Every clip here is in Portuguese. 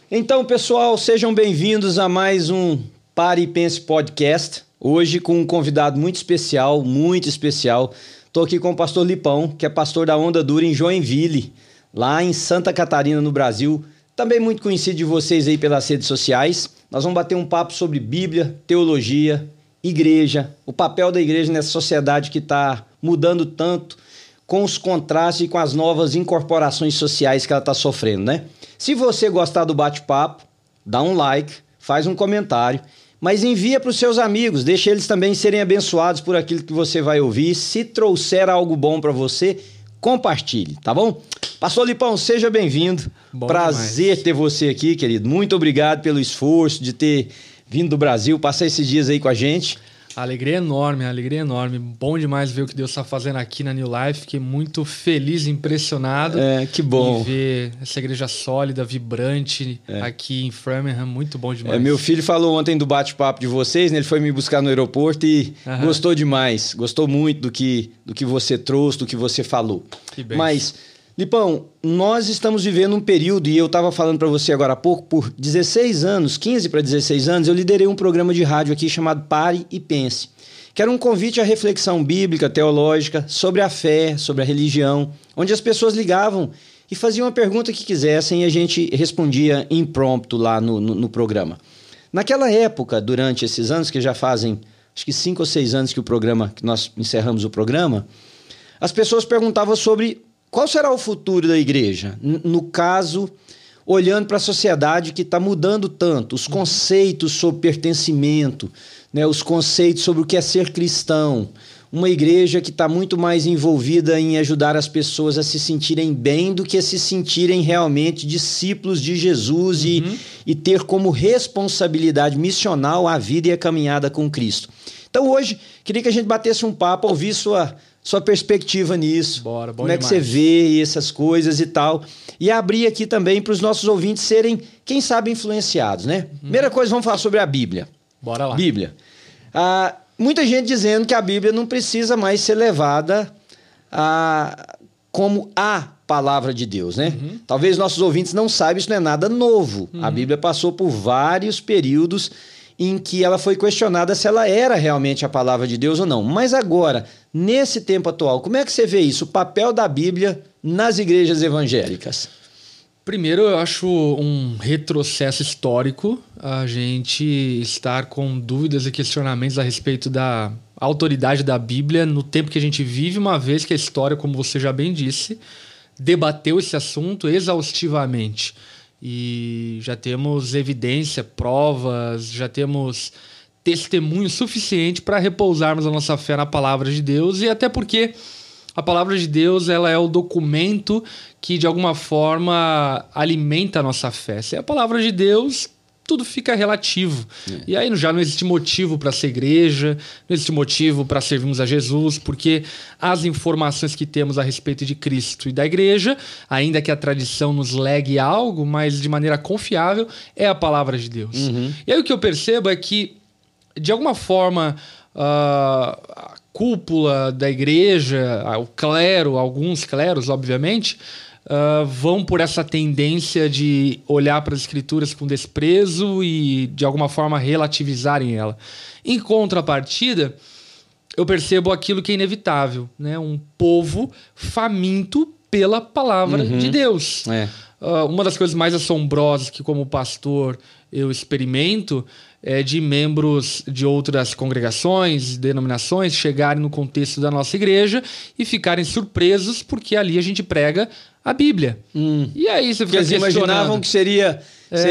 Então, pessoal, sejam bem-vindos a mais um Pare e Pense Podcast. Hoje com um convidado muito especial, muito especial. Estou aqui com o pastor Lipão, que é pastor da Onda Dura em Joinville, lá em Santa Catarina, no Brasil. Também muito conhecido de vocês aí pelas redes sociais. Nós vamos bater um papo sobre Bíblia, teologia, igreja, o papel da igreja nessa sociedade que está mudando tanto, com os contrastes e com as novas incorporações sociais que ela está sofrendo, né? Se você gostar do bate-papo, dá um like, faz um comentário, mas envia para os seus amigos, deixa eles também serem abençoados por aquilo que você vai ouvir. Se trouxer algo bom para você, compartilhe, tá bom? Pastor Lipão, seja bem-vindo. Prazer demais ter você aqui, querido. Muito obrigado pelo esforço de ter vindo do Brasil, passar esses dias aí com a gente. Alegria enorme. Bom demais ver o que Deus está fazendo aqui na New Life. Fiquei muito feliz e impressionado. Que bom. Em ver essa igreja sólida, vibrante aqui em Framingham. Muito bom demais. Meu filho falou ontem do bate-papo de vocês, né? Ele foi me buscar no aeroporto e gostou demais. Gostou muito do que você trouxe, do que você falou. Que bem. Mas, Lipão, nós estamos vivendo um período, e eu estava falando para você agora há pouco, por 16 anos, 15 para 16 anos, eu liderei um programa de rádio aqui chamado Pare e Pense, que era um convite à reflexão bíblica, teológica, sobre a fé, sobre a religião, onde as pessoas ligavam e faziam a pergunta que quisessem e a gente respondia impromptu lá no programa. Naquela época, durante esses anos, que já fazem acho que 5 ou 6 anos que nós encerramos o programa, as pessoas perguntavam sobre qual será o futuro da igreja? No caso, olhando para a sociedade que está mudando tanto, os conceitos sobre pertencimento, né, os conceitos sobre o que é ser cristão, uma igreja que está muito mais envolvida em ajudar as pessoas a se sentirem bem do que a se sentirem realmente discípulos de Jesus e ter como responsabilidade missional a vida e a caminhada com Cristo. Então hoje, queria que a gente batesse um papo, ouvir sua perspectiva nisso. Bora, bom como é demais. que você vê essas coisas e tal. E abrir aqui também para os nossos ouvintes serem, quem sabe, influenciados, né? Primeira coisa, vamos falar sobre a Bíblia. Bora lá. Bíblia. Muita gente dizendo que a Bíblia não precisa mais ser levada como a palavra de Deus, né? Talvez nossos ouvintes não saibam, isso não é nada novo. A Bíblia passou por vários períodos em que ela foi questionada se ela era realmente a palavra de Deus ou não. Mas agora, nesse tempo atual, como é que você vê isso? O papel da Bíblia nas igrejas evangélicas? Primeiro, eu acho um retrocesso histórico a gente estar com dúvidas e questionamentos a respeito da autoridade da Bíblia no tempo que a gente vive, uma vez que a história, como você já bem disse, debateu esse assunto exaustivamente. E já temos evidência, provas, já temos testemunho suficiente para repousarmos a nossa fé na palavra de Deus, e até porque a palavra de Deus ela é o documento que de alguma forma alimenta a nossa fé. Se é a palavra de Deus, tudo fica relativo. E aí já não existe motivo para ser igreja, não existe motivo para servirmos a Jesus, porque as informações que temos a respeito de Cristo e da igreja, ainda que a tradição nos legue algo, mas de maneira confiável, é a palavra de Deus. E aí o que eu percebo é que, de alguma forma, a cúpula da igreja, o clero, alguns cleros, obviamente, vão por essa tendência de olhar para as escrituras com desprezo e de alguma forma relativizarem ela. Em contrapartida, eu percebo aquilo que é inevitável, né? Um povo faminto pela palavra de Deus. Uma das coisas mais assombrosas que, como pastor, eu experimento é de membros de outras congregações, denominações, chegarem no contexto da nossa igreja e ficarem surpresos porque ali a gente prega a Bíblia. E aí você fica questionando. Eles imaginavam que seria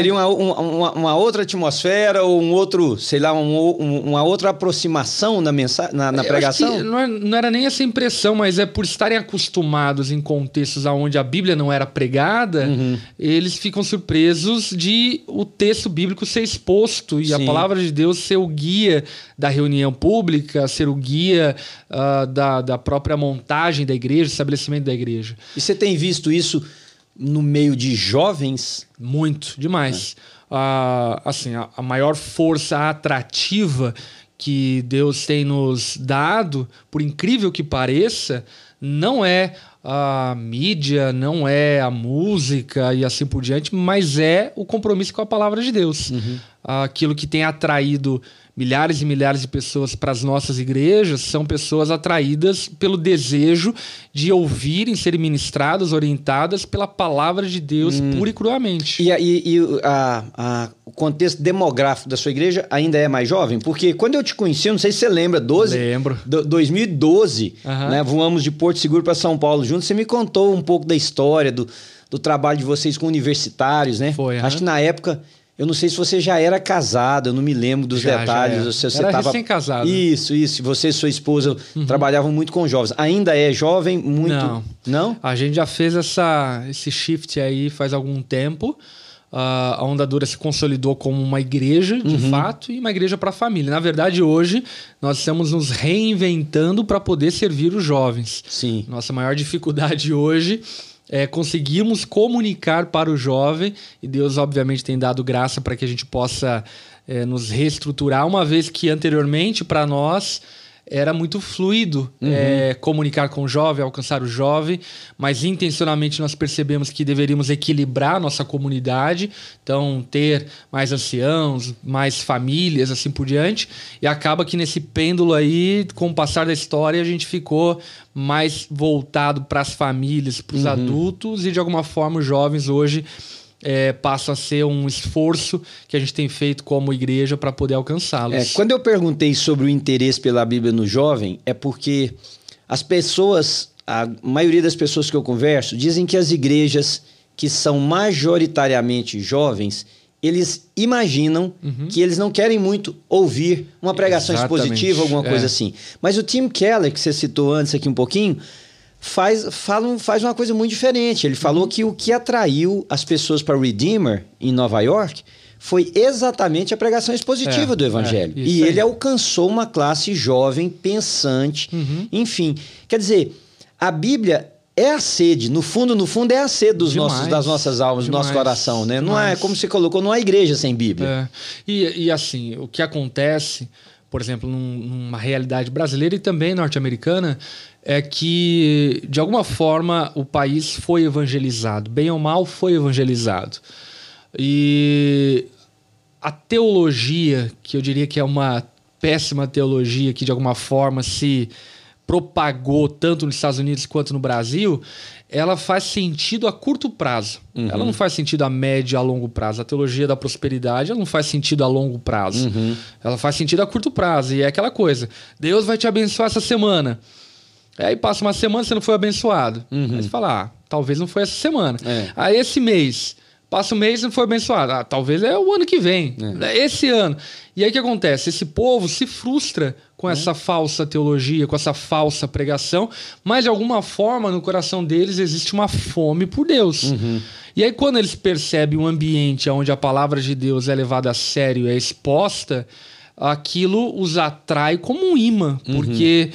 uma outra atmosfera ou um outro, sei lá, uma outra aproximação na pregação? Não era nem essa impressão, mas é por estarem acostumados em contextos onde a Bíblia não era pregada, eles ficam surpresos de o texto bíblico ser exposto e a palavra de Deus ser o guia da reunião pública, ser o guia da própria montagem da igreja, estabelecimento da igreja. E você tem visto isso no meio de jovens? Muito, demais. Assim, a maior força atrativa que Deus tem nos dado, por incrível que pareça, não é a mídia, não é a música e assim por diante, mas é o compromisso com a palavra de Deus. Aquilo que tem atraído milhares e milhares de pessoas para as nossas igrejas são pessoas atraídas pelo desejo de ouvirem, serem ministradas, orientadas pela palavra de Deus pura e cruamente. E o contexto demográfico da sua igreja ainda é mais jovem? Porque quando eu te conheci, eu não sei se você lembra, Lembro. 2012, né, voamos de Porto Seguro para São Paulo juntos, você me contou um pouco da história, do trabalho de vocês com universitários, né? Foi. Acho que na época... Eu não sei se você já era casado, eu não me lembro dos detalhes. Já você era tava... recém-casado. Isso. Você e sua esposa trabalhavam muito com jovens. Ainda é jovem? Muito? Não? A gente já fez esse shift aí faz algum tempo. A Onda Dura se consolidou como uma igreja, de fato, e uma igreja para a família. Na verdade, hoje, nós estamos nos reinventando para poder servir os jovens. Sim. Nossa maior dificuldade hoje... conseguimos comunicar para o jovem, e Deus obviamente tem dado graça para que a gente possa nos reestruturar, uma vez que anteriormente para nós era muito fluido comunicar com o jovem, alcançar o jovem, mas intencionalmente nós percebemos que deveríamos equilibrar nossa comunidade, então ter mais anciãos, mais famílias, assim por diante, e acaba que nesse pêndulo aí, com o passar da história, a gente ficou mais voltado para as famílias, para os adultos, e de alguma forma os jovens hoje passa a ser um esforço que a gente tem feito como igreja para poder alcançá-los. Quando eu perguntei sobre o interesse pela Bíblia no jovem, é porque as pessoas, a maioria das pessoas que eu converso, dizem que as igrejas que são majoritariamente jovens, eles imaginam que eles não querem muito ouvir uma pregação expositiva, alguma coisa assim. Mas o Tim Keller, que você citou antes aqui um pouquinho, faz uma coisa muito diferente. Ele falou que o que atraiu as pessoas para Redeemer em Nova York foi exatamente a pregação expositiva do Evangelho. E ele alcançou uma classe jovem, pensante, enfim. Quer dizer, a Bíblia é a sede, no fundo é a sede das nossas almas, do nosso coração, né? Não é, como você colocou, não há igreja sem Bíblia. E assim, o que acontece, por exemplo, numa realidade brasileira e também norte-americana, é que, de alguma forma, o país foi evangelizado. Bem ou mal, foi evangelizado. E a teologia, que eu diria que é uma péssima teologia, que de alguma forma se propagou tanto nos Estados Unidos quanto no Brasil, ela faz sentido a curto prazo. Ela não faz sentido a médio e a longo prazo. A teologia da prosperidade, ela não faz sentido a longo prazo. Ela faz sentido a curto prazo. E é aquela coisa, Deus vai te abençoar essa semana. Aí passa uma semana, você não foi abençoado. Aí você fala, talvez não foi essa semana. Aí esse mês, passa um mês e não foi abençoado. Talvez é o ano que vem, esse ano. E aí o que acontece? Esse povo se frustra com essa falsa teologia, com essa falsa pregação, mas de alguma forma no coração deles existe uma fome por Deus. E aí quando eles percebem um ambiente onde a palavra de Deus é levada a sério, é exposta, aquilo os atrai como um imã, porque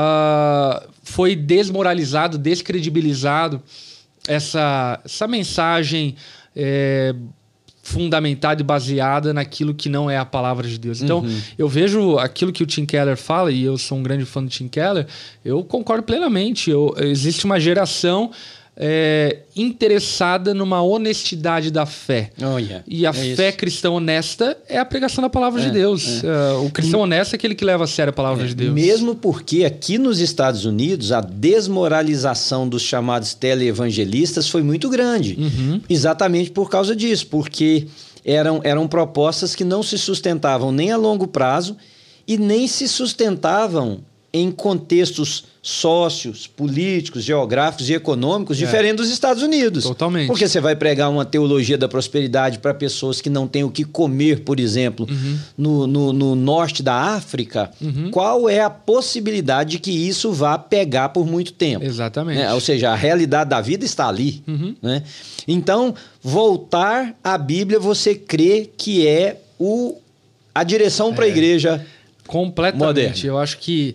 foi desmoralizado, descredibilizado essa mensagem fundamentada e baseada naquilo que não é a palavra de Deus. Então, eu vejo aquilo que o Tim Keller fala, e eu sou um grande fã do Tim Keller, eu concordo plenamente. Existe uma geração interessada numa honestidade da fé. E a fé cristã honesta é a pregação da palavra de Deus. O cristão honesto é aquele que leva a sério a palavra de Deus. Mesmo porque aqui nos Estados Unidos a desmoralização dos chamados teleevangelistas foi muito grande. Exatamente por causa disso, porque eram propostas que não se sustentavam nem a longo prazo e nem se sustentavam em contextos sócios, políticos, geográficos e econômicos diferentes dos Estados Unidos. Totalmente. Porque você vai pregar uma teologia da prosperidade para pessoas que não têm o que comer, por exemplo, no norte da África, qual é a possibilidade de que isso vá pegar por muito tempo? Exatamente. Ou seja, a realidade da vida está ali. Né? Então, voltar à Bíblia, você crê que é a direção para a igreja completamente moderna. Eu acho que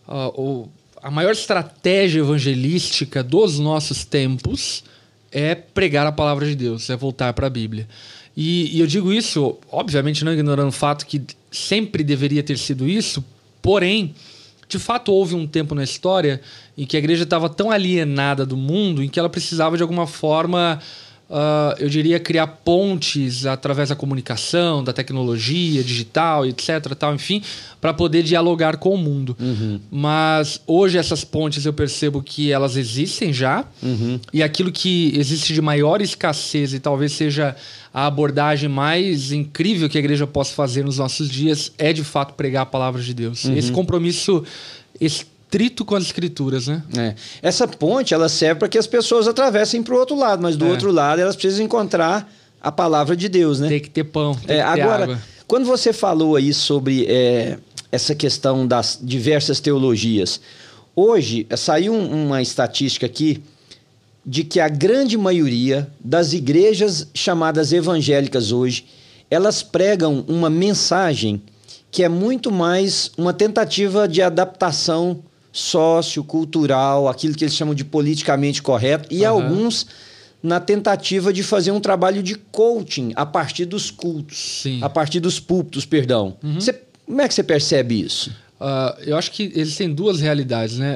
a maior estratégia evangelística dos nossos tempos é pregar a palavra de Deus, é voltar para a Bíblia. E eu digo isso, obviamente, não ignorando o fato que sempre deveria ter sido isso, porém, De fato, houve um tempo na história em que a igreja estava tão alienada do mundo em que ela precisava, de alguma forma, eu diria, criar pontes através da comunicação, da tecnologia digital, etc., tal, enfim, para poder dialogar com o mundo. Mas hoje essas pontes eu percebo que elas existem já, e aquilo que existe de maior escassez e talvez seja a abordagem mais incrível que a igreja possa fazer nos nossos dias é, de fato, pregar a palavra de Deus. Esse compromisso estrito com as escrituras, né? Essa ponte, ela serve para que as pessoas atravessem para o outro lado, mas do outro lado elas precisam encontrar a palavra de Deus, né? Tem que ter pão, tem que ter agora, água. Quando você falou aí sobre essa questão das diversas teologias, hoje saiu uma estatística aqui de que a grande maioria das igrejas chamadas evangélicas hoje, elas pregam uma mensagem que é muito mais uma tentativa de adaptação sociocultural, aquilo que eles chamam de politicamente correto, e alguns na tentativa de fazer um trabalho de coaching a partir dos cultos, a partir dos púlpitos, perdão. Como é que você percebe isso? Eu acho que existem duas realidades, né?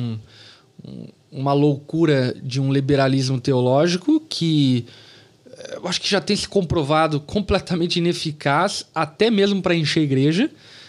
Uma loucura de um liberalismo teológico que eu acho que já tem se comprovado completamente ineficaz, até mesmo para encher a igreja,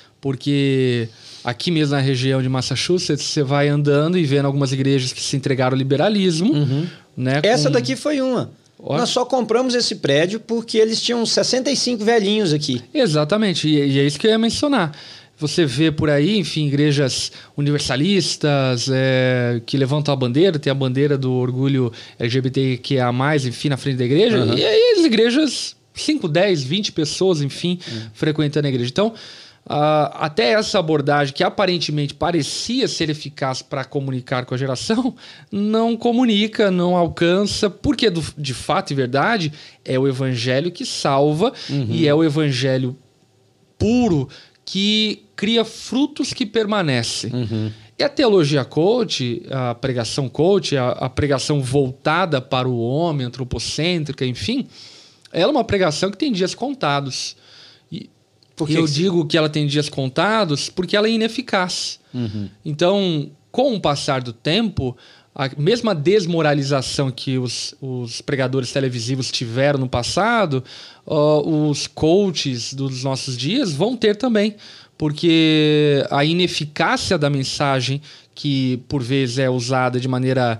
porque aqui mesmo na região de Massachusetts você vai andando e vendo algumas igrejas que se entregaram ao liberalismo. Né, Essa daqui foi uma. Nós só compramos esse prédio porque eles tinham 65 velhinhos aqui. Exatamente, e é isso que eu ia mencionar. Você vê por aí, enfim, igrejas universalistas que levantam a bandeira, tem a bandeira do orgulho LGBTQIA+, enfim, na frente da igreja. E aí as igrejas, 5, 10, 20 pessoas, enfim, frequentando a igreja. Então, até essa abordagem que aparentemente parecia ser eficaz para comunicar com a geração, não comunica, não alcança, porque de fato e verdade é o evangelho que salva e é o evangelho puro que cria frutos que permanecem. E a teologia coach, a pregação coach, a pregação voltada para o homem, antropocêntrica, enfim, ela é uma pregação que tem dias contados. E eu digo que ela tem dias contados porque ela é ineficaz. Então, com o passar do tempo, a mesma desmoralização que os pregadores televisivos tiveram no passado, os coaches dos nossos dias vão ter também, porque a ineficácia da mensagem, que por vezes é usada de maneira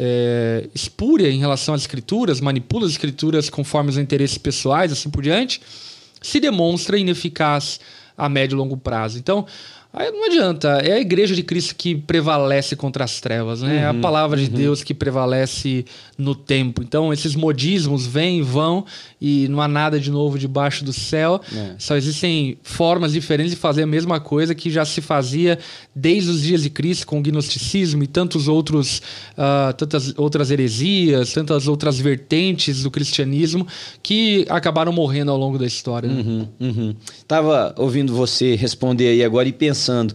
espúria em relação às escrituras, manipula as escrituras conforme os interesses pessoais, assim por diante, se demonstra ineficaz a médio e longo prazo. Então, aí não adianta, é a igreja de Cristo que prevalece contra as trevas, né? É a palavra de Deus que prevalece no tempo. Então, esses modismos vêm e vão e não há nada de novo debaixo do céu. Só existem formas diferentes de fazer a mesma coisa que já se fazia desde os dias de Cristo com o gnosticismo e tantas outras heresias, tantas outras vertentes do cristianismo que acabaram morrendo ao longo da história. Né? Tava ouvindo você responder aí agora e pensando,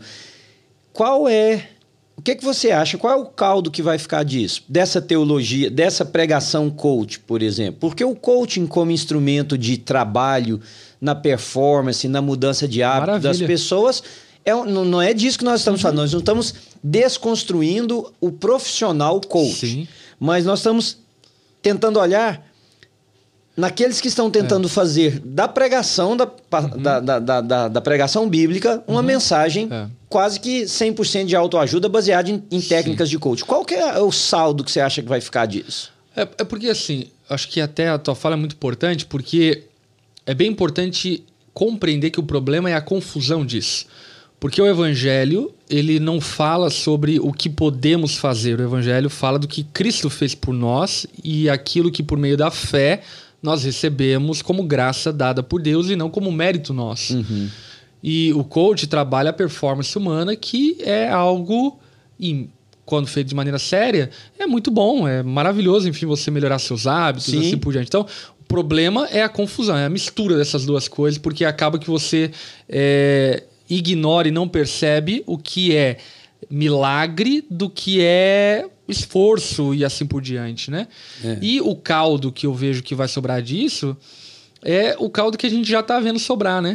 o que você acha, qual é o caldo que vai ficar disso, dessa teologia, dessa pregação coach, por exemplo? Porque o coaching como instrumento de trabalho na performance, na mudança de hábito das pessoas, não é disso que nós estamos falando, nós não estamos desconstruindo o profissional coach, mas nós estamos tentando olhar naqueles que estão tentando fazer da pregação, da pregação bíblica, uma mensagem quase que 100% de autoajuda baseada em técnicas de coach. Qual que é o saldo que você acha que vai ficar disso? É porque, assim, acho que até a tua fala é muito importante, porque é bem importante compreender que o problema é a confusão disso. Porque o evangelho, ele não fala sobre o que podemos fazer. O evangelho fala do que Cristo fez por nós e aquilo que, por meio da fé, nós recebemos como graça dada por Deus e não como mérito nosso. E o coach trabalha a performance humana, que é algo, quando feito de maneira séria, é muito bom, é maravilhoso, enfim, você melhorar seus hábitos e assim por diante. Então, o problema é a confusão, é a mistura dessas duas coisas, porque acaba que você ignora e não percebe o que é milagre do que é esforço e assim por diante, né? E o caldo que eu vejo que vai sobrar disso é o caldo que a gente já está vendo sobrar, né?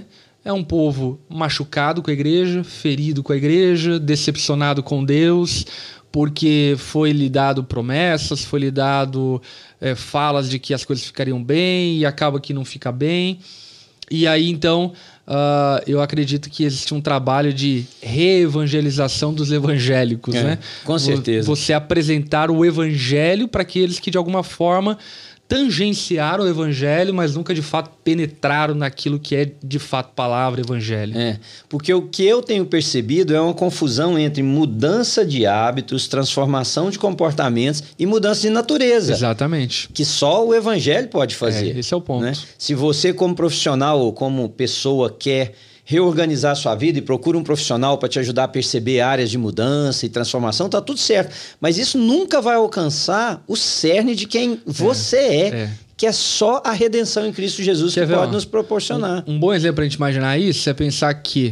é um povo machucado com a igreja, ferido com a igreja, decepcionado com Deus, porque foi lhe dado promessas, foi lhe dado falas de que as coisas ficariam bem e acaba que não fica bem. E aí, então, eu acredito que existe um trabalho de reevangelização dos evangélicos, né? Com certeza. Você apresentar o evangelho para aqueles que, de alguma forma, tangenciaram o evangelho, mas nunca, de fato, penetraram naquilo que é, de fato, palavra evangelho. Porque o que eu tenho percebido é uma confusão entre mudança de hábitos, transformação de comportamentos e mudança de natureza. Exatamente. Que só o evangelho pode fazer. Esse é o ponto. Né? Se você, como profissional ou como pessoa, quer reorganizar a sua vida e procura um profissional para te ajudar a perceber áreas de mudança e transformação, tá tudo certo. Mas isso nunca vai alcançar o cerne de quem você é, que é só a redenção em Cristo Jesus que pode nos proporcionar. Um bom exemplo para a gente imaginar isso é pensar que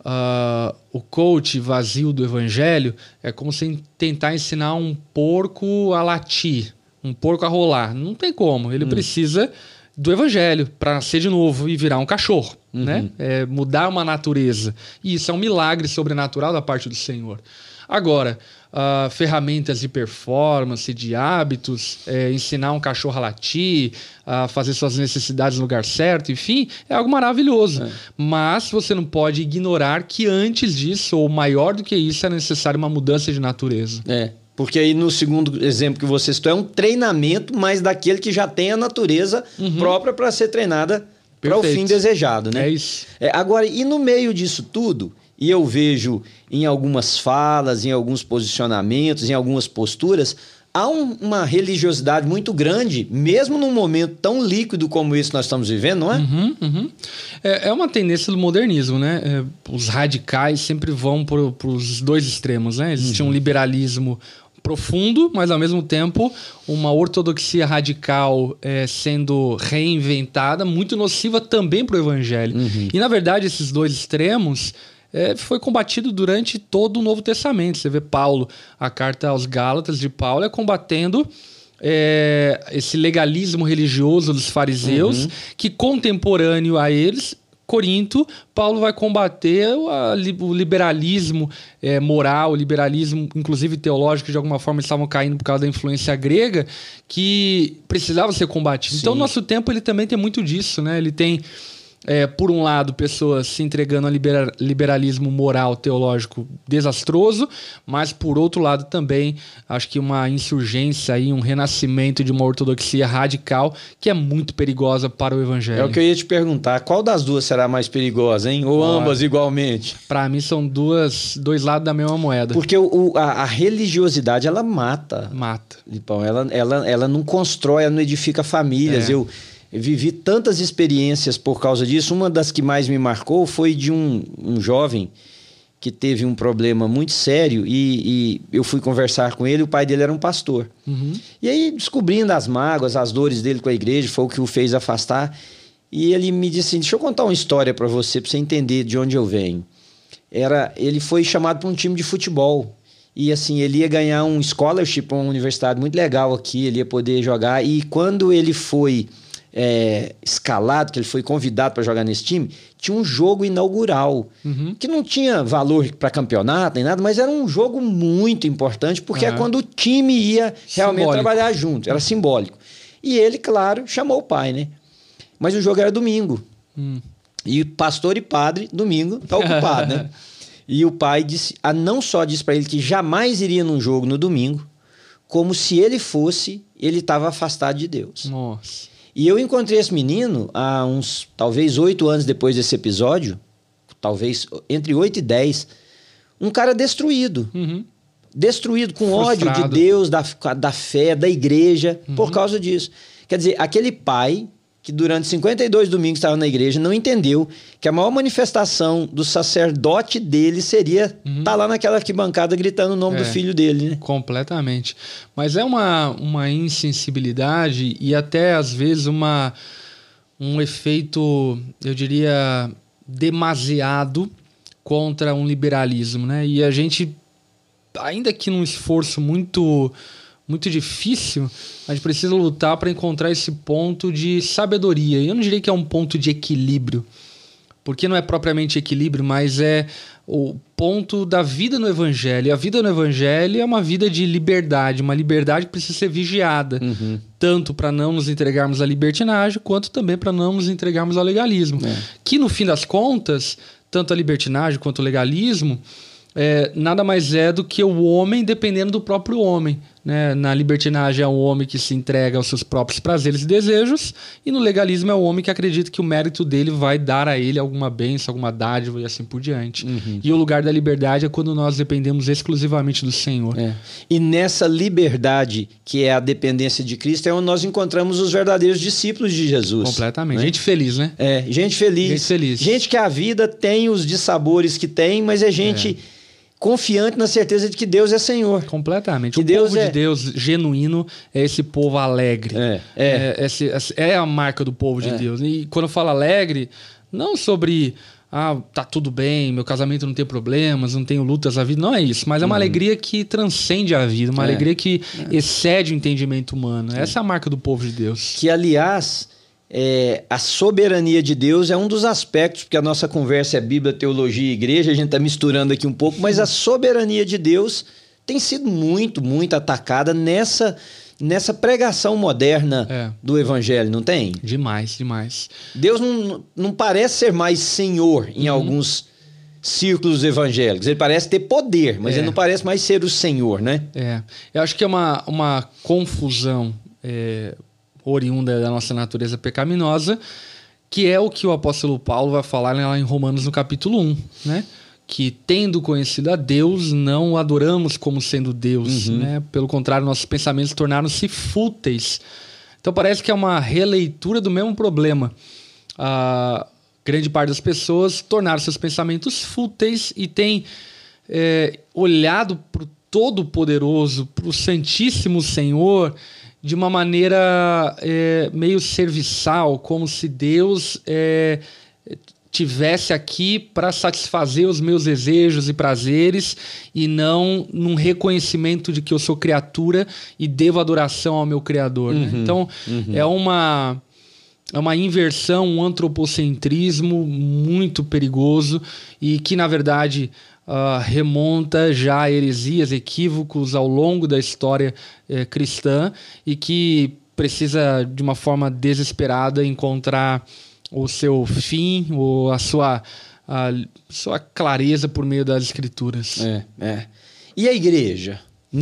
o coach vazio do evangelho é como se tentar ensinar um porco a latir, um porco a rolar. Não tem como. Ele precisa do evangelho para nascer de novo e virar um cachorro, né? Mudar uma natureza. E isso é um milagre sobrenatural da parte do Senhor. Agora, ferramentas de performance, de hábitos, ensinar um cachorro a latir, a fazer suas necessidades no lugar certo, enfim, é algo maravilhoso. Mas você não pode ignorar que antes disso, ou maior do que isso, é necessário uma mudança de natureza. Porque aí no segundo exemplo que você citou é um treinamento, mas daquele que já tem a natureza própria para ser treinada para o fim desejado, né? É isso. Agora, e no meio disso tudo, e eu vejo em algumas falas, em alguns posicionamentos, em algumas posturas, há uma religiosidade muito grande, mesmo num momento tão líquido como esse que nós estamos vivendo, não é? É uma tendência do modernismo, né? Os radicais sempre vão para os dois extremos, né? Existe um liberalismo profundo, mas ao mesmo tempo uma ortodoxia radical sendo reinventada, muito nociva também para o evangelho. E na verdade esses dois extremos foi combatido durante todo o Novo Testamento. Você vê Paulo, a carta aos Gálatas de Paulo combatendo esse legalismo religioso dos fariseus, que contemporâneo a eles, Corinto, Paulo vai combater o liberalismo moral, o liberalismo, inclusive teológico, que de alguma forma estavam caindo por causa da influência grega, que precisava ser combatido. Sim. Então, o nosso tempo ele também tem muito disso, né? Ele tem, por um lado, pessoas se entregando a liberalismo moral, teológico desastroso, mas, por outro lado, também acho que uma insurgência, aí, um renascimento de uma ortodoxia radical que é muito perigosa para o evangelho. É o que eu ia te perguntar. Qual das duas será mais perigosa, hein? Ou ambas igualmente? Para mim, são dois lados da mesma moeda. Porque a religiosidade, ela mata. Mata. Ela não constrói, ela não edifica famílias. Eu vivi tantas experiências por causa disso. Uma das que mais me marcou foi de um jovem que teve um problema muito sério e eu fui conversar com ele. O pai dele era um pastor. E aí, descobrindo as mágoas, as dores dele com a igreja, foi o que o fez afastar. E ele me disse assim, deixa eu contar uma história para você entender de onde eu venho. Ele foi chamado para um time de futebol. E assim, ele ia ganhar um scholarship para uma universidade muito legal aqui, ele ia poder jogar. E quando ele foi escalado, que ele foi convidado para jogar nesse time, tinha um jogo inaugural, que não tinha valor para campeonato nem nada, mas era um jogo muito importante, porque é quando o time ia realmente trabalhar junto, era simbólico. E ele, claro, chamou o pai, né? Mas o jogo era domingo. E pastor e padre, domingo, tá ocupado, né? E o pai não só disse para ele que jamais iria num jogo no domingo, como se ele fosse, ele estava afastado de Deus. Nossa. E eu encontrei esse menino há talvez 8 anos depois desse episódio, talvez entre 8 e 10, um cara destruído. Destruído, com frustrado. Ódio de Deus, da fé, da igreja, por causa disso. Quer dizer, aquele pai que durante 52 domingos estava na igreja não entendeu que a maior manifestação do sacerdote dele seria estar lá naquela arquibancada gritando o nome do filho dele, né? Completamente. Mas é uma insensibilidade e até às vezes um efeito, eu diria, demasiado contra um liberalismo, né? E a gente, ainda que num esforço muito difícil, a gente precisa lutar para encontrar esse ponto de sabedoria. Eu não diria que é um ponto de equilíbrio, porque não é propriamente equilíbrio, mas é o ponto da vida no Evangelho. E a vida no Evangelho é uma vida de liberdade, uma liberdade que precisa ser vigiada, tanto para não nos entregarmos à libertinagem, quanto também para não nos entregarmos ao legalismo. Que, no fim das contas, tanto a libertinagem quanto o legalismo, nada mais é do que o homem dependendo do próprio homem, né? Na libertinagem é o homem que se entrega aos seus próprios prazeres e desejos, e no legalismo é o homem que acredita que o mérito dele vai dar a ele alguma bênção, alguma dádiva e assim por diante. E o lugar da liberdade é quando nós dependemos exclusivamente do Senhor. E nessa liberdade, que é a dependência de Cristo, é onde nós encontramos os verdadeiros discípulos de Jesus. Completamente. Né? Gente feliz, né? Gente feliz. Gente feliz. Gente que a vida tem os dissabores que tem, mas é gente confiante na certeza de que Deus é Senhor. Completamente. Que o Deus povo de Deus genuíno é esse povo alegre. É a marca do povo de Deus. E quando eu falo alegre, não sobre tá tudo bem, meu casamento não tem problemas, não tenho lutas na vida, não é isso, mas é uma alegria que transcende a vida, uma alegria que excede o entendimento humano. Essa é a marca do povo de Deus. Que, aliás, a soberania de Deus é um dos aspectos, porque a nossa conversa é Bíblia, teologia e igreja, a gente está misturando aqui um pouco, mas a soberania de Deus tem sido muito, muito atacada nessa pregação moderna do Evangelho, não tem? Demais, demais. Deus não parece ser mais Senhor em alguns círculos evangélicos. Ele parece ter poder, mas ele não parece mais ser o Senhor, né? Eu acho que é uma confusão oriunda da nossa natureza pecaminosa, que é o que o apóstolo Paulo vai falar lá em Romanos no capítulo 1, né? Que tendo conhecido a Deus, não o adoramos como sendo Deus, né? Pelo contrário, nossos pensamentos tornaram-se fúteis. Então parece que é uma releitura do mesmo problema. A grande parte das pessoas tornaram seus pensamentos fúteis e tem olhado para o Todo-Poderoso, para o Santíssimo Senhor, de uma maneira meio serviçal, como se Deus tivesse aqui para satisfazer os meus desejos e prazeres e não num reconhecimento de que eu sou criatura e devo adoração ao meu Criador. Né? Então, é uma inversão, um antropocentrismo muito perigoso e que, na verdade, remonta já a heresias, equívocos ao longo da história cristã e que precisa, de uma forma desesperada, encontrar o seu fim ou a sua clareza por meio das Escrituras. E a igreja?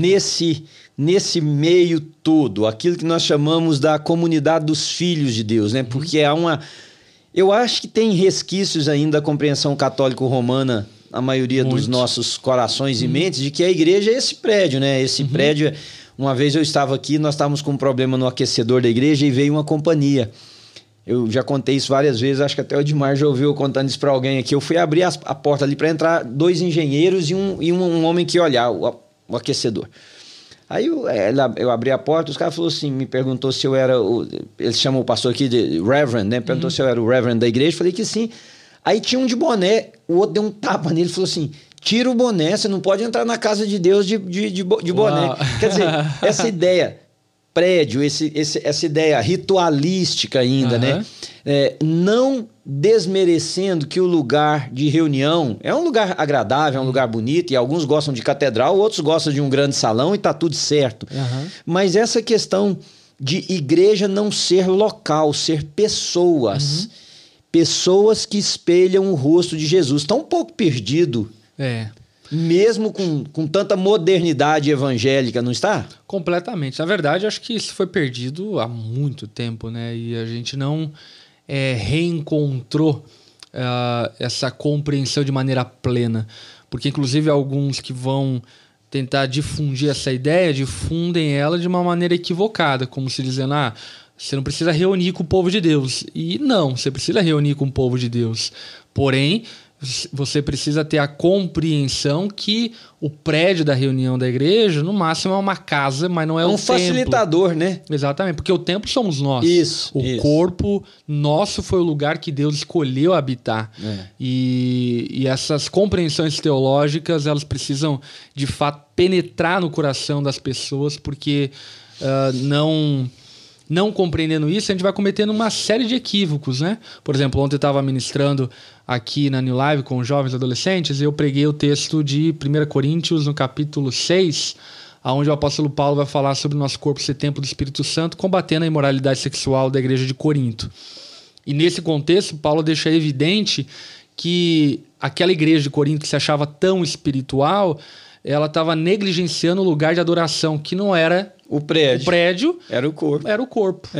Nesse meio todo, aquilo que nós chamamos da comunidade dos filhos de Deus, né? Porque eu acho que tem resquícios ainda da compreensão católico-romana a maioria dos nossos corações e mentes, de que a igreja é esse prédio, né? Esse prédio, uma vez eu estava aqui, nós estávamos com um problema no aquecedor da igreja e veio uma companhia. Eu já contei isso várias vezes, acho que até o Edmar já ouviu eu contando isso para alguém aqui. Eu fui abrir a porta ali para entrar 2 engenheiros e um homem que ia olhar o aquecedor. Aí eu abri a porta, os caras falaram assim, me perguntou se eu era eles chamam o pastor aqui de Reverend, né? Perguntou se eu era o Reverend da igreja, falei que sim. Aí tinha um de boné, o outro deu um tapa nele e falou assim, tira o boné, você não pode entrar na casa de Deus de boné. Uau. Quer dizer, essa ideia, prédio, essa ideia ritualística ainda, né? Não desmerecendo que o lugar de reunião é um lugar agradável, é um lugar bonito, e alguns gostam de catedral, outros gostam de um grande salão e tá tudo certo. Mas essa questão de igreja não ser local, ser pessoas... Pessoas que espelham o rosto de Jesus. Está um pouco perdido. Mesmo com tanta modernidade evangélica, não está? Completamente. Na verdade, acho que isso foi perdido há muito tempo, né? E a gente não reencontrou essa compreensão de maneira plena. Porque, inclusive, alguns que vão tentar difundir essa ideia, difundem ela de uma maneira equivocada, como se dizendo, você não precisa reunir com o povo de Deus. E não, você precisa reunir com o povo de Deus. Porém, você precisa ter a compreensão que o prédio da reunião da igreja, no máximo, é uma casa, mas não é um templo. Facilitador, né? Exatamente, porque o templo somos nós. Isso. Corpo nosso foi o lugar que Deus escolheu habitar. E essas compreensões teológicas, elas precisam, de fato, penetrar no coração das pessoas, porque não não compreendendo isso, a gente vai cometendo uma série de equívocos, né? Por exemplo, ontem eu estava ministrando aqui na New Live com jovens adolescentes e eu preguei o texto de 1 Coríntios, no capítulo 6, onde o apóstolo Paulo vai falar sobre o nosso corpo ser templo do Espírito Santo, combatendo a imoralidade sexual da igreja de Corinto. E nesse contexto, Paulo deixa evidente que aquela igreja de Corinto que se achava tão espiritual, ela estava negligenciando o lugar de adoração, que não era o prédio, era o corpo.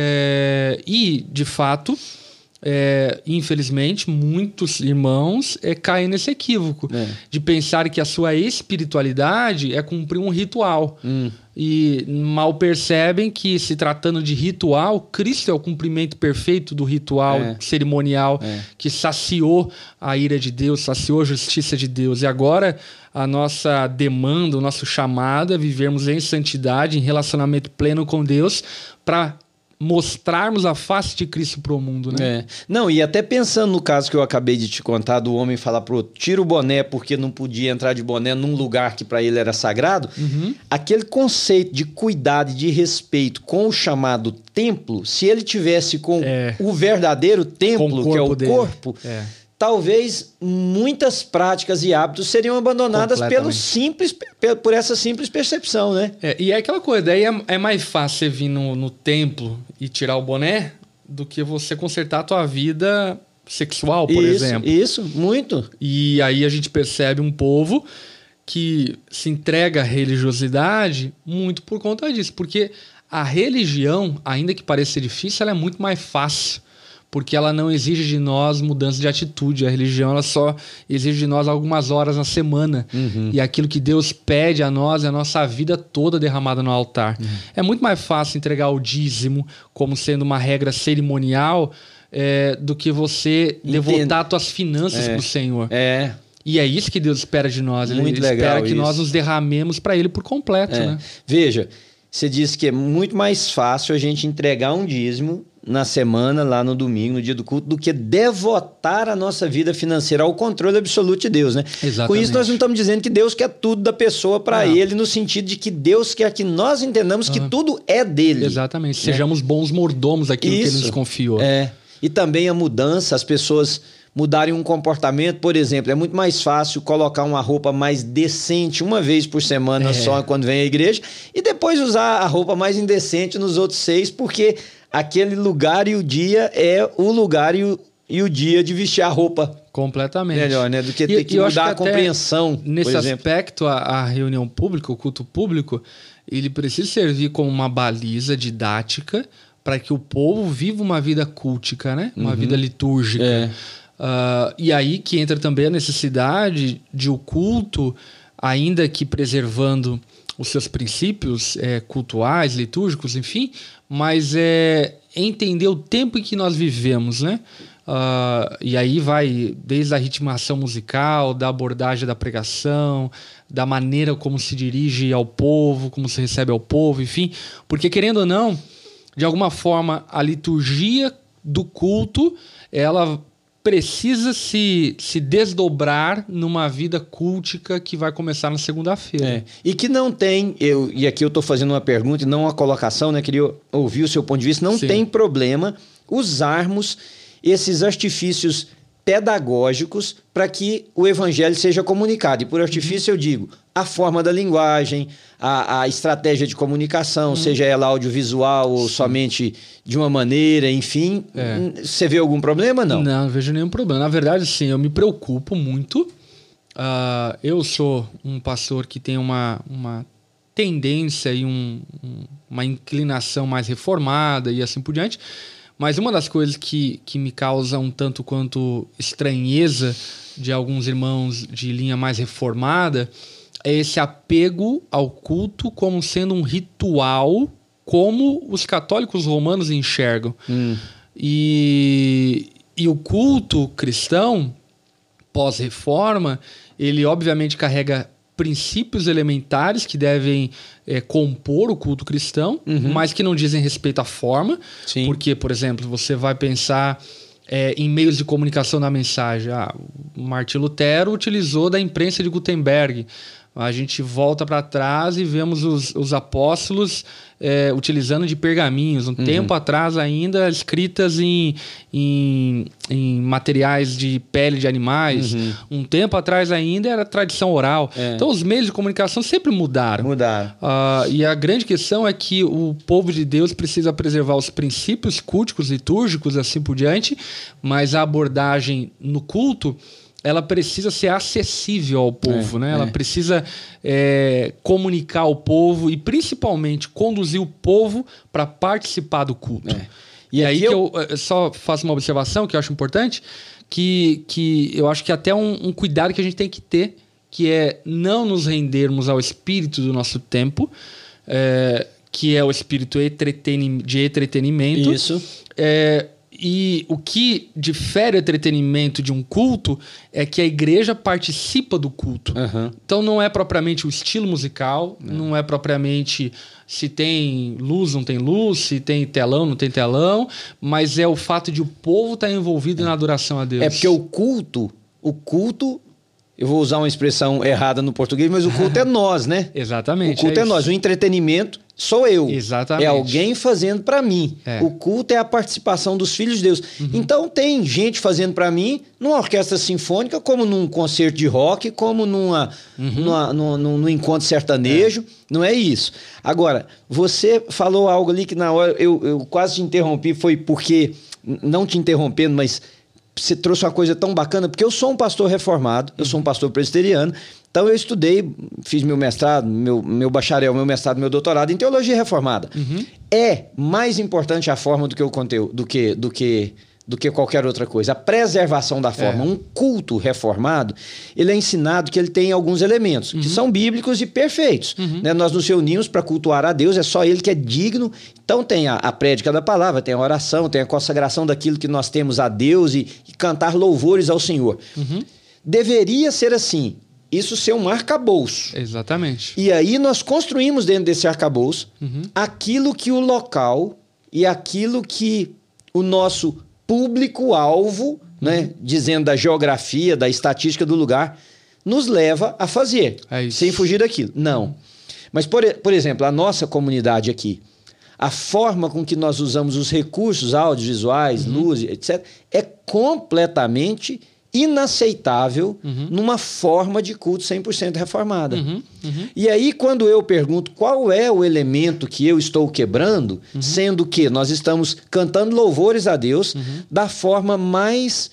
E, de fato, infelizmente, muitos irmãos caem nesse equívoco de pensar que a sua espiritualidade é cumprir um ritual. E mal percebem que, se tratando de ritual, Cristo é o cumprimento perfeito do ritual cerimonial que saciou a ira de Deus, saciou a justiça de Deus. E agora a nossa demanda, o nosso chamado é vivermos em santidade, em relacionamento pleno com Deus, para mostrarmos a face de Cristo para o mundo, né? Não, e até pensando no caso que eu acabei de te contar, do homem falar pro outro, tira o boné porque não podia entrar de boné num lugar que para ele era sagrado, aquele conceito de cuidado e de respeito com o chamado templo, se ele tivesse com o verdadeiro templo, que é o corpo, talvez muitas práticas e hábitos seriam abandonadas por essa simples percepção, né? E é aquela coisa, daí é mais fácil você vir no templo e tirar o boné do que você consertar a tua vida sexual, por exemplo. Isso, muito. E aí a gente percebe um povo que se entrega à religiosidade muito por conta disso, porque a religião, ainda que pareça difícil, ela é muito mais fácil. Porque ela não exige de nós mudança de atitude. A religião ela só exige de nós algumas horas na semana. E aquilo que Deus pede a nós é a nossa vida toda derramada no altar. É muito mais fácil entregar o dízimo como sendo uma regra cerimonial do que você devotar as tuas finanças para o Senhor. E é isso que Deus espera de nós. Ele espera que nós nos derramemos para Ele por completo. Né? Veja, você disse que é muito mais fácil a gente entregar um dízimo na semana, lá no domingo, no dia do culto, do que devotar a nossa vida financeira ao controle absoluto de Deus, né? Exatamente. Com isso, nós não estamos dizendo que Deus quer tudo da pessoa para ele, no sentido de que Deus quer que nós entendamos que tudo é dele. Exatamente. Sejamos bons mordomos daquilo que Ele nos confiou. E também a mudança, as pessoas mudarem um comportamento, por exemplo, é muito mais fácil colocar uma roupa mais decente uma vez por semana só quando vem à igreja e depois usar a roupa mais indecente nos outros 6, porque aquele lugar e o dia é o lugar e o dia de vestir a roupa. Completamente. Melhor, né? Do que ter que mudar a compreensão. Nesse aspecto, a reunião pública, o culto público, ele precisa servir como uma baliza didática para que o povo viva uma vida cultica, né? Uma vida litúrgica. E aí que entra também a necessidade de o culto, ainda que preservando os seus princípios cultuais, litúrgicos, enfim, mas entender o tempo em que nós vivemos, né? E aí vai desde a ritmação musical, da abordagem da pregação, da maneira como se dirige ao povo, como se recebe ao povo, enfim, porque querendo ou não, de alguma forma a liturgia do culto, ela precisa se desdobrar numa vida cultica que vai começar na segunda-feira. E que não tem, e aqui eu estou fazendo uma pergunta e não uma colocação, né? Queria ouvir o seu ponto de vista. Não tem problema usarmos esses artifícios pedagógicos para que o evangelho seja comunicado. E por artifício eu digo a forma da linguagem, a estratégia de comunicação, seja ela audiovisual ou somente de uma maneira, enfim. Você vê algum problema? Não vejo nenhum problema. Na verdade, sim, eu me preocupo muito. Eu sou um pastor que tem uma tendência e uma inclinação mais reformada e assim por diante. Mas uma das coisas que me causa um tanto quanto estranheza de alguns irmãos de linha mais reformada é esse apego ao culto como sendo um ritual, como os católicos romanos enxergam. E o culto cristão, pós-reforma, ele obviamente carrega princípios elementares que devem compor o culto cristão, mas que não dizem respeito à forma. Sim. Porque, por exemplo, você vai pensar em meios de comunicação da mensagem. O Martim Lutero utilizou da imprensa de Gutenberg, A gente volta para trás e vemos os apóstolos utilizando de pergaminhos, um tempo atrás ainda escritas em materiais de pele de animais, um tempo atrás ainda era tradição oral. Então os meios de comunicação sempre mudaram. E a grande questão é que o povo de Deus precisa preservar os princípios culticos, litúrgicos, assim por diante, mas a abordagem no culto ela precisa ser acessível ao povo, né? Ela precisa comunicar ao povo e principalmente conduzir o povo para participar do culto. E aí que eu só faço uma observação que eu acho importante, que eu acho que até um cuidado que a gente tem que ter, que é não nos rendermos ao espírito do nosso tempo, que é o espírito de entretenimento. Isso. E o que difere o entretenimento de um culto é que a igreja participa do culto. Então não é propriamente o estilo musical, não é propriamente se tem luz, não tem luz, se tem telão, não tem telão, mas é o fato de o povo estar envolvido na adoração a Deus. É porque o culto, eu vou usar uma expressão errada no português, mas o culto é nós, né? Exatamente. O culto é nós, o entretenimento sou eu. Exatamente. É alguém fazendo para mim. O culto é a participação dos filhos de Deus. Então tem gente fazendo para mim numa orquestra sinfônica, como num concerto de rock, como num encontro sertanejo. Não é isso. Agora, você falou algo ali que na hora eu quase te interrompi, foi porque, não te interrompendo, mas você trouxe uma coisa tão bacana, porque eu sou um pastor reformado, eu sou um pastor presbiteriano. Então eu estudei, fiz meu mestrado, meu bacharel, meu mestrado, meu doutorado em teologia reformada. É mais importante a forma do que o conteúdo, do que qualquer outra coisa. A preservação da forma. Um culto reformado, ele é ensinado que ele tem alguns elementos que são bíblicos e perfeitos. Né? Nós nos reunimos para cultuar a Deus, é só ele que é digno. Então tem a prédica da palavra, tem a oração, tem a consagração daquilo que nós temos a Deus e cantar louvores ao Senhor. Deveria ser assim. Isso ser um arcabouço. Exatamente. E aí nós construímos dentro desse arcabouço aquilo que o local e aquilo que o nosso público-alvo, né, dizendo da geografia, da estatística do lugar, nos leva a fazer, sem fugir daquilo. Não. Mas, por exemplo, a nossa comunidade aqui, a forma com que nós usamos os recursos audiovisuais, luz, etc., é completamente inaceitável numa forma de culto 100% reformada. E aí, quando eu pergunto qual é o elemento que eu estou quebrando, sendo que nós estamos cantando louvores a Deus da forma mais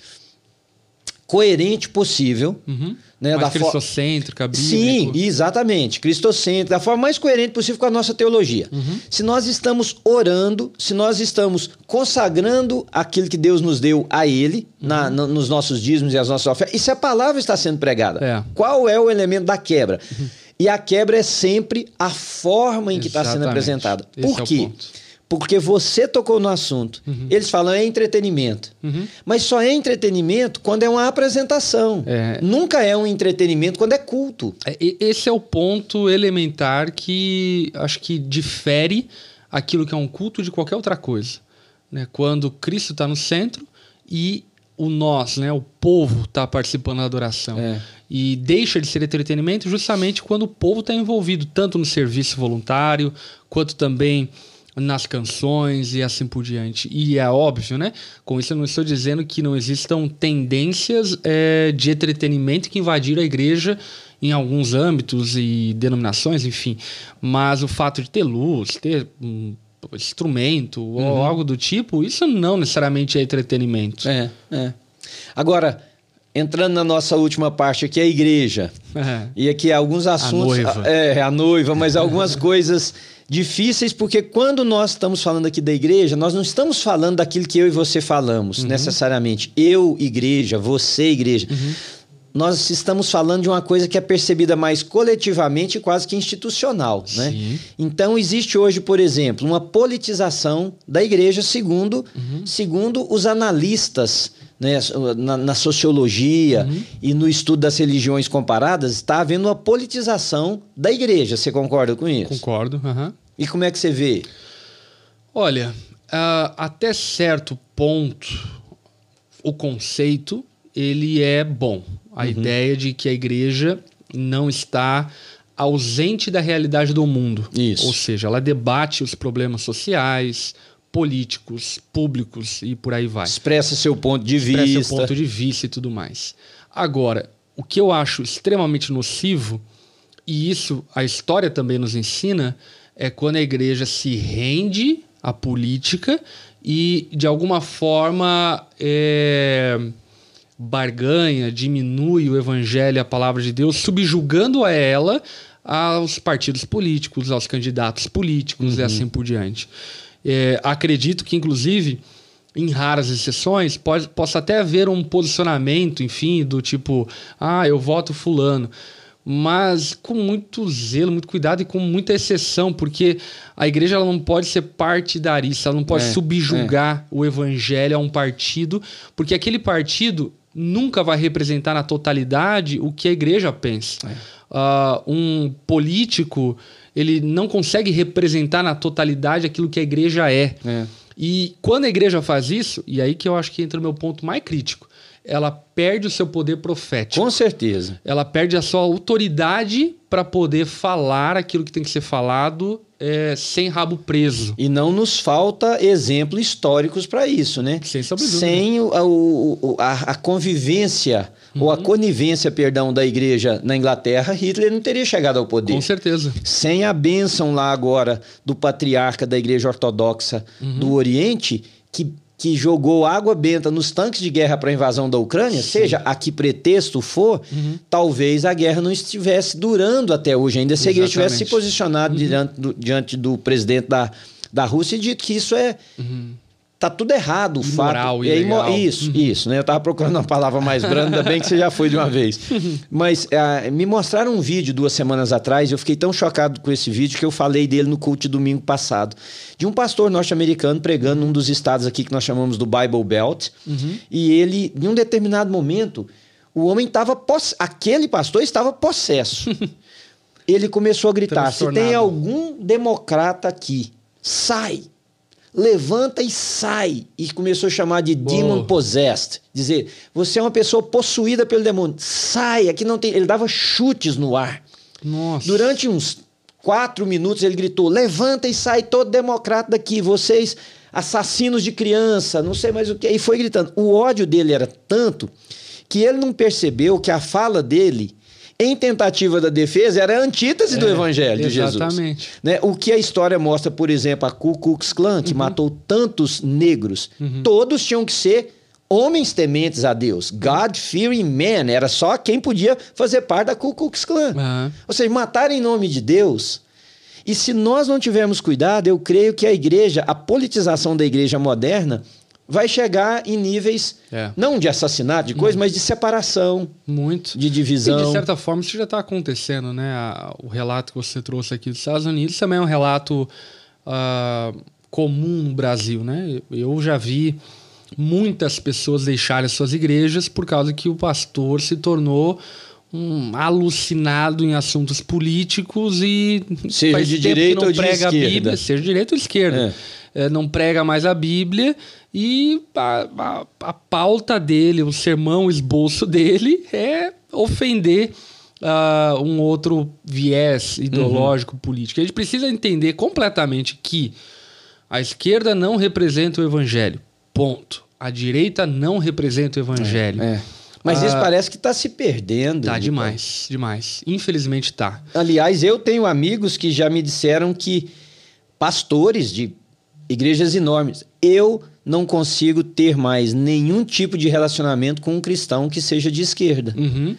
coerente possível. Né, mais cristocêntrica, bíblica. Sim, exatamente. Cristocêntrica, da forma mais coerente possível com a nossa teologia. Se nós estamos orando, se nós estamos consagrando aquilo que Deus nos deu a Ele, nos nossos dízimos e as nossas ofertas, e se a palavra está sendo pregada, qual é o elemento da quebra? E a quebra é sempre a forma em que está sendo apresentada. Por quê? Porque você tocou no assunto. Eles falam é entretenimento. Mas só é entretenimento quando é uma apresentação. Nunca é um entretenimento quando é culto. Esse é o ponto elementar que acho que difere aquilo que é um culto de qualquer outra coisa. Né? Quando Cristo está no centro e nós, né, o povo, está participando da adoração. E deixa de ser entretenimento justamente quando o povo está envolvido tanto no serviço voluntário, quanto também nas canções e assim por diante. E é óbvio, né? Com isso eu não estou dizendo que não existam tendências de entretenimento que invadiram a igreja em alguns âmbitos e denominações, enfim. Mas o fato de ter luz, ter um instrumento ou algo do tipo, isso não necessariamente é entretenimento. Agora, entrando na nossa última parte aqui, a igreja. E aqui alguns assuntos... A noiva, mas algumas coisas difíceis, porque quando nós estamos falando aqui da igreja, nós não estamos falando daquilo que eu e você falamos, necessariamente. Eu, igreja, você, igreja. Nós estamos falando de uma coisa que é percebida mais coletivamente e quase que institucional, né? Então, existe hoje, por exemplo, uma politização da igreja segundo os analistas, né, na sociologia e no estudo das religiões comparadas, está havendo uma politização da igreja. Você concorda com isso? Concordo. E como é que você vê? Olha, até certo ponto, o conceito ele é bom. A ideia de que a igreja não está ausente da realidade do mundo. Isso. Ou seja, ela debate os problemas sociais, políticos, públicos e por aí vai. Expressa seu ponto de vista. Expressa seu ponto de vista e tudo mais. Agora, o que eu acho extremamente nocivo, e isso a história também nos ensina, é quando a igreja se rende à política e, de alguma forma, barganha, diminui o evangelho, a palavra de Deus, subjugando a ela aos partidos políticos, aos candidatos políticos e assim por diante. Acredito que, inclusive, em raras exceções, possa até haver um posicionamento, enfim, do tipo, eu voto fulano, mas com muito zelo, muito cuidado e com muita exceção, porque a igreja ela não pode ser partidarista, ela não pode subjugar o evangelho a um partido, porque aquele partido nunca vai representar na totalidade o que a igreja pensa. Um político, ele não consegue representar na totalidade aquilo que a igreja é. E quando a igreja faz isso, e aí que eu acho que entra o meu ponto mais crítico, ela perde o seu poder profético. Com certeza. Ela perde a sua autoridade para poder falar aquilo que tem que ser falado sem rabo preso. E não nos falta exemplos históricos para isso, né? Sem sombra de dúvida. Sem a convivência, ou a conivência, perdão, da igreja na Inglaterra, Hitler não teria chegado ao poder. Com certeza. Sem a bênção lá agora do patriarca da igreja ortodoxa do Oriente, que jogou água benta nos tanques de guerra para a invasão da Ucrânia, seja a que pretexto for, talvez a guerra não estivesse durando até hoje ainda, se a igreja tivesse se posicionado diante do presidente da Rússia e dito que isso tá tudo errado, o fato. Isso, né? Eu tava procurando uma palavra mais branda, ainda bem que você já foi de uma vez. Mas me mostraram um vídeo 2 semanas atrás, e eu fiquei tão chocado com esse vídeo que eu falei dele no culto de domingo passado, de um pastor norte-americano pregando num dos estados aqui que nós chamamos do Bible Belt, e ele, em um determinado momento, o homem aquele pastor estava possesso. Ele começou a gritar: se tem algum democrata aqui, sai! Levanta e sai. E começou a chamar de demon possessed. Dizer, você é uma pessoa possuída pelo demônio. Sai, aqui não tem... Ele dava chutes no ar. Nossa. Durante uns 4 minutos ele gritou, levanta e sai todo democrata daqui. Vocês, assassinos de criança, não sei mais o que. E foi gritando. O ódio dele era tanto que ele não percebeu que a fala dele, em tentativa da defesa, era a antítese do evangelho de Jesus. Exatamente. Né? O que a história mostra, por exemplo, a Ku Klux Klan, que matou tantos negros, todos tinham que ser homens tementes a Deus. God-fearing men. Era só quem podia fazer parte da Ku Klux Klan. Ou seja, mataram em nome de Deus. E se nós não tivermos cuidado, eu creio que a igreja, a politização da igreja moderna, vai chegar em níveis, não de assassinato, de coisa, mas de separação. Muito. De divisão. E de certa forma isso já está acontecendo, né? O relato que você trouxe aqui dos Estados Unidos também é um relato comum no Brasil, né? Eu já vi muitas pessoas deixarem suas igrejas por causa que o pastor se tornou um alucinado em assuntos políticos e seja faz de tempo direita que não ou de prega esquerda. A Bíblia, seja de direita ou esquerda. Não prega mais a Bíblia e a pauta dele, o sermão, o esboço dele é ofender um outro viés ideológico, político. A gente precisa entender completamente que a esquerda não representa o evangelho. Ponto. A direita não representa o evangelho. Mas isso parece que está se perdendo. Tá demais, demais. Infelizmente tá. Aliás, eu tenho amigos que já me disseram que pastores de igrejas enormes, eu não consigo ter mais nenhum tipo de relacionamento com um cristão que seja de esquerda.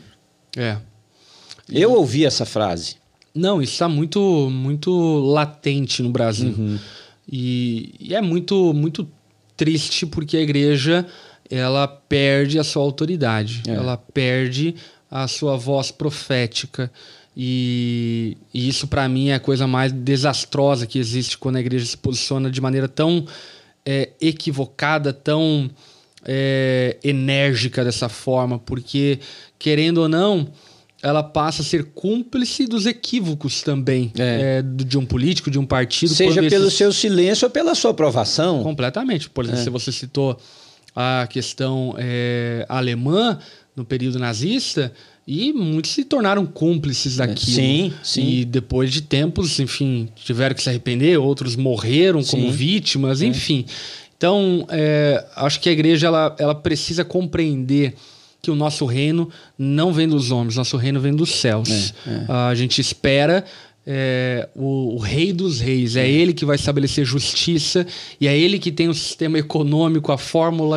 Eu ouvi essa frase. Não, isso está muito, muito latente no Brasil. E é muito, muito triste porque a igreja ela perde a sua autoridade, ela perde a sua voz profética. E isso, para mim, é a coisa mais desastrosa que existe quando a igreja se posiciona de maneira tão equivocada, tão enérgica dessa forma, porque, querendo ou não, ela passa a ser cúmplice dos equívocos também de um político, de um partido. Seja pelo seu silêncio ou pela sua aprovação. Completamente. Por exemplo, se você citou a questão alemã, no período nazista, E muitos se tornaram cúmplices daquilo. Sim, sim. E depois de tempos, enfim, tiveram que se arrepender, outros morreram como vítimas, enfim. Então, acho que a igreja ela precisa compreender que o nosso reino não vem dos homens, nosso reino vem dos céus. A gente espera o rei dos reis, é ele que vai estabelecer justiça e é ele que tem o sistema econômico, a fórmula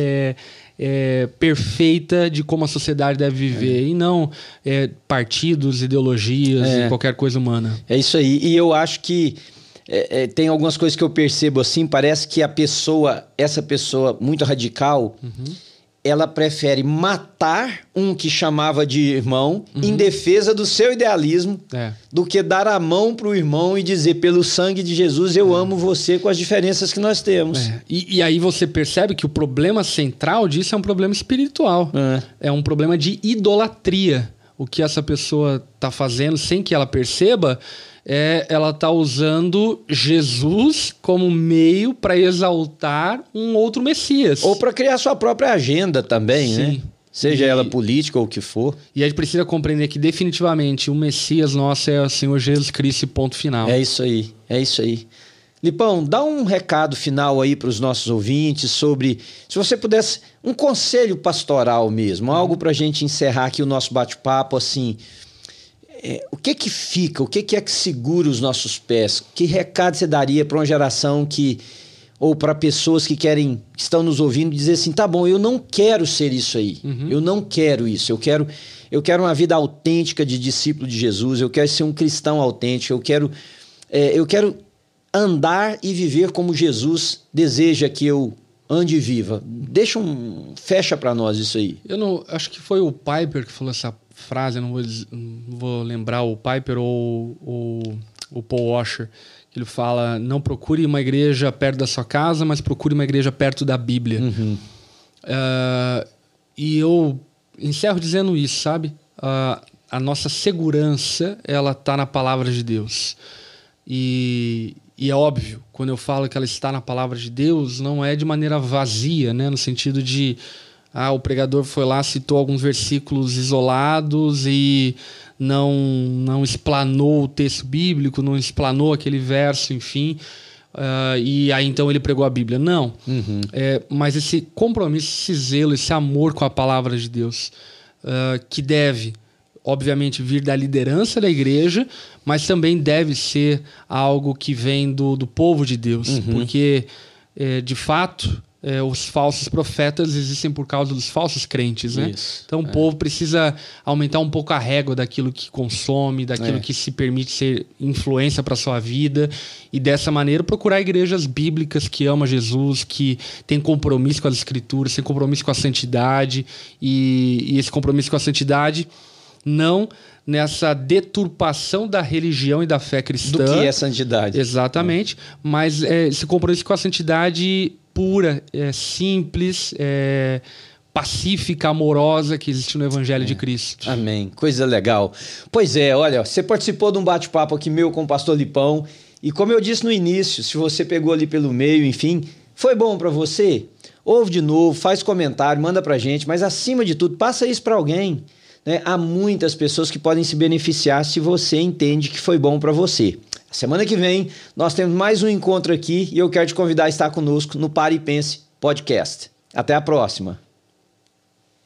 perfeita de como a sociedade deve viver e não partidos, ideologias e qualquer coisa humana. É isso aí. E eu acho que tem algumas coisas que eu percebo assim, parece que essa pessoa muito radical, ela prefere matar um que chamava de irmão em defesa do seu idealismo do que dar a mão para o irmão e dizer, pelo sangue de Jesus, eu amo você com as diferenças que nós temos. E aí você percebe que o problema central disso é um problema espiritual. É um problema de idolatria. O que essa pessoa está fazendo sem que ela perceba ela está usando Jesus como meio para exaltar um outro Messias. Ou para criar sua própria agenda também, né? Seja ela política ou o que for. E a gente precisa compreender que definitivamente o Messias nosso é o Senhor Jesus Cristo, ponto final. É isso aí, é isso aí. Lipão, dá um recado final aí para os nossos ouvintes sobre, se você pudesse, um conselho pastoral mesmo, algo para a gente encerrar aqui o nosso bate-papo, assim... o que fica, o que é que segura os nossos pés? Que recado você daria para uma geração ou para pessoas que estão nos ouvindo, dizer assim, tá bom, eu não quero ser isso aí, eu não quero isso, eu quero uma vida autêntica de discípulo de Jesus, eu quero ser um cristão autêntico, eu quero andar e viver como Jesus deseja que eu ande e viva. Fecha para nós isso aí. Acho que foi o Piper que falou essa frase, eu não vou lembrar o Piper ou o Paul Washer, que ele fala, não procure uma igreja perto da sua casa, mas procure uma igreja perto da Bíblia. E eu encerro dizendo isso, sabe? A nossa segurança, ela está na palavra de Deus. E é óbvio, quando eu falo que ela está na palavra de Deus, não é de maneira vazia, né? No sentido de o pregador foi lá, citou alguns versículos isolados e não explanou o texto bíblico, não explanou aquele verso, enfim, e aí então ele pregou a Bíblia. Não, mas esse compromisso, esse zelo, esse amor com a palavra de Deus, que deve, obviamente, vir da liderança da igreja, mas também deve ser algo que vem do povo de Deus, porque, de fato... os falsos profetas existem por causa dos falsos crentes, né? Então o povo precisa aumentar um pouco a régua daquilo que consome, daquilo que se permite ser influência para a sua vida e dessa maneira procurar igrejas bíblicas que amam Jesus, que têm compromisso com as escrituras, têm compromisso com a santidade e esse compromisso com a santidade não nessa deturpação da religião e da fé cristã. Do que é santidade. Exatamente, mas esse compromisso com a santidade pura, simples, pacífica, amorosa que existe no Evangelho de Cristo. Amém. Coisa legal. Pois olha, você participou de um bate-papo aqui meu com o pastor Lipão e como eu disse no início, se você pegou ali pelo meio, enfim, foi bom para você? Ouve de novo, faz comentário, manda pra gente, mas acima de tudo, passa isso para alguém. Né? Há muitas pessoas que podem se beneficiar se você entende que foi bom para você. Semana que vem nós temos mais um encontro aqui e eu quero te convidar a estar conosco no Pare e Pense Podcast. Até a próxima.